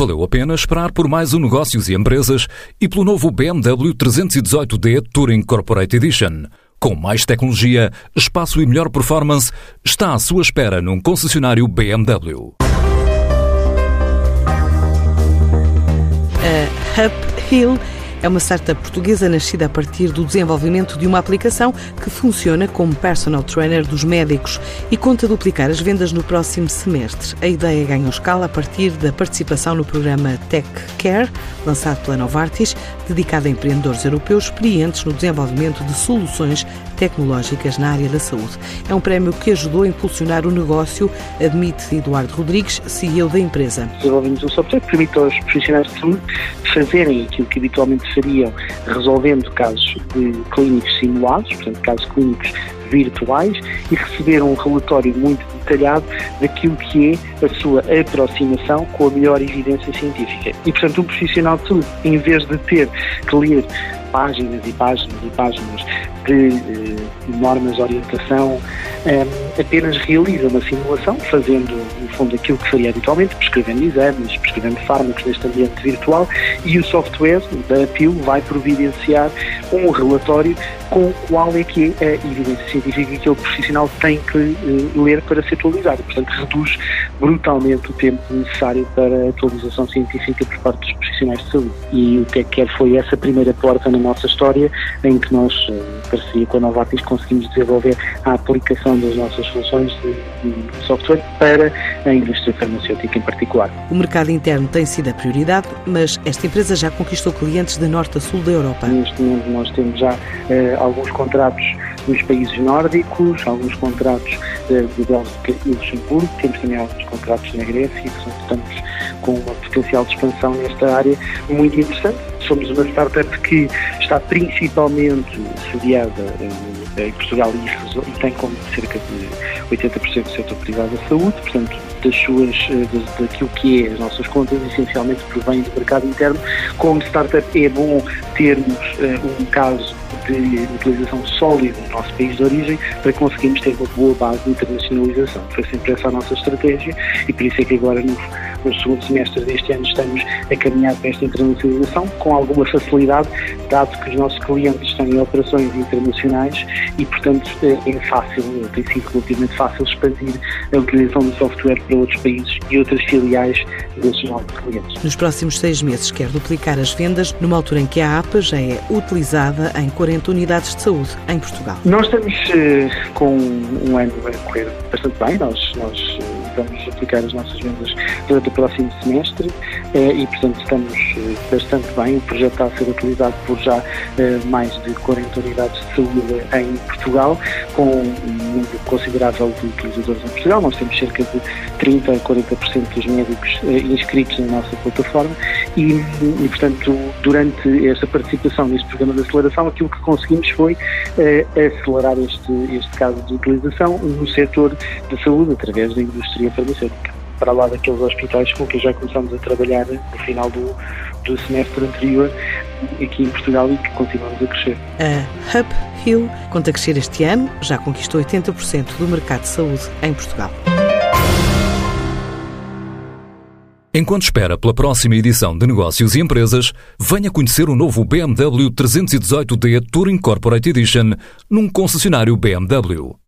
valeu a pena esperar por mais um Negócios e Empresas e pelo novo BMW 318D Touring Corporate Edition. Com mais tecnologia, espaço e melhor performance, está à sua espera num concessionário BMW. A Uphill é uma startup portuguesa nascida a partir do desenvolvimento de uma aplicação que funciona como personal trainer dos médicos e conta duplicar as vendas no próximo semestre. A ideia ganhou escala a partir da participação no programa Tech Care, lançado pela Novartis, dedicado a empreendedores europeus experientes no desenvolvimento de soluções tecnológicas na área da saúde. É um prémio que ajudou a impulsionar o negócio, admite Eduardo Rodrigues, CEO da empresa. Desenvolvemos um software que permite aos profissionais de saúde fazerem aquilo que habitualmente fariam, resolvendo casos de clínicos simulados, portanto casos clínicos virtuais, e receber um relatório muito detalhado daquilo que é a sua aproximação com a melhor evidência científica. E, portanto, um profissional de saúde, em vez de ter que ler páginas e páginas e páginas de normas de orientação, apenas realiza uma simulação, fazendo, no fundo, aquilo que faria habitualmente, prescrevendo exames, prescrevendo fármacos neste ambiente virtual, e o software da Uphill vai providenciar um relatório com qual é que é a evidência científica que o profissional tem que ler para se atualizar. Portanto, reduz brutalmente o tempo necessário para a atualização científica por parte dos profissionais de saúde. E o que é que quer foi essa primeira porta na nossa história, em que nós, em parceria com a Novartis, conseguimos desenvolver a aplicação das nossas soluções de software para a indústria farmacêutica em particular. O mercado interno tem sido a prioridade, mas esta empresa já conquistou clientes de norte a sul da Europa. Neste momento nós temos já alguns contratos nos países nórdicos, alguns contratos de Bélgica e Luxemburgo, temos também alguns contratos na Grécia, e portanto estamos com uma potencial de expansão nesta área muito interessante. Somos uma startup que está principalmente sediada em Portugal e tem como cerca de 80% do setor privado da saúde, portanto, daquilo que é as nossas contas, essencialmente provém do mercado interno. Como startup é bom termos um caso de utilização sólida no nosso país de origem para conseguirmos ter uma boa base de internacionalização. Foi sempre essa a nossa estratégia e por isso é que agora no segundo semestre deste ano estamos a caminhar para esta internacionalização com alguma facilidade, dado que os nossos clientes têm operações internacionais e, portanto, é fácil, tem sido relativamente fácil expandir a utilização do software para outros países e outras filiais desses novos clientes. Nos próximos 6 meses quer duplicar as vendas, numa altura em que a APA já é utilizada em 40 unidades de saúde em Portugal. Nós estamos com um ano a correr bastante bem, nós vamos aplicar as nossas vendas durante o próximo semestre e, portanto, estamos bastante bem. O projeto está a ser utilizado por já mais de 40 unidades de saúde em Portugal, com um número considerável de utilizadores em Portugal. Nós temos cerca de 30% a 40% dos médicos inscritos na nossa plataforma e, portanto, durante esta participação neste programa de aceleração, aquilo que conseguimos foi acelerar este caso de utilização no setor da saúde, através da indústria farmacêutica, para lá daqueles hospitais com que já começamos a trabalhar no final do semestre anterior aqui em Portugal e que continuamos a crescer. A Uphill conta a crescer este ano, já conquistou 80% do mercado de saúde em Portugal. Enquanto espera pela próxima edição de Negócios e Empresas, venha conhecer o novo BMW 318D Touring Corporate Edition num concessionário BMW.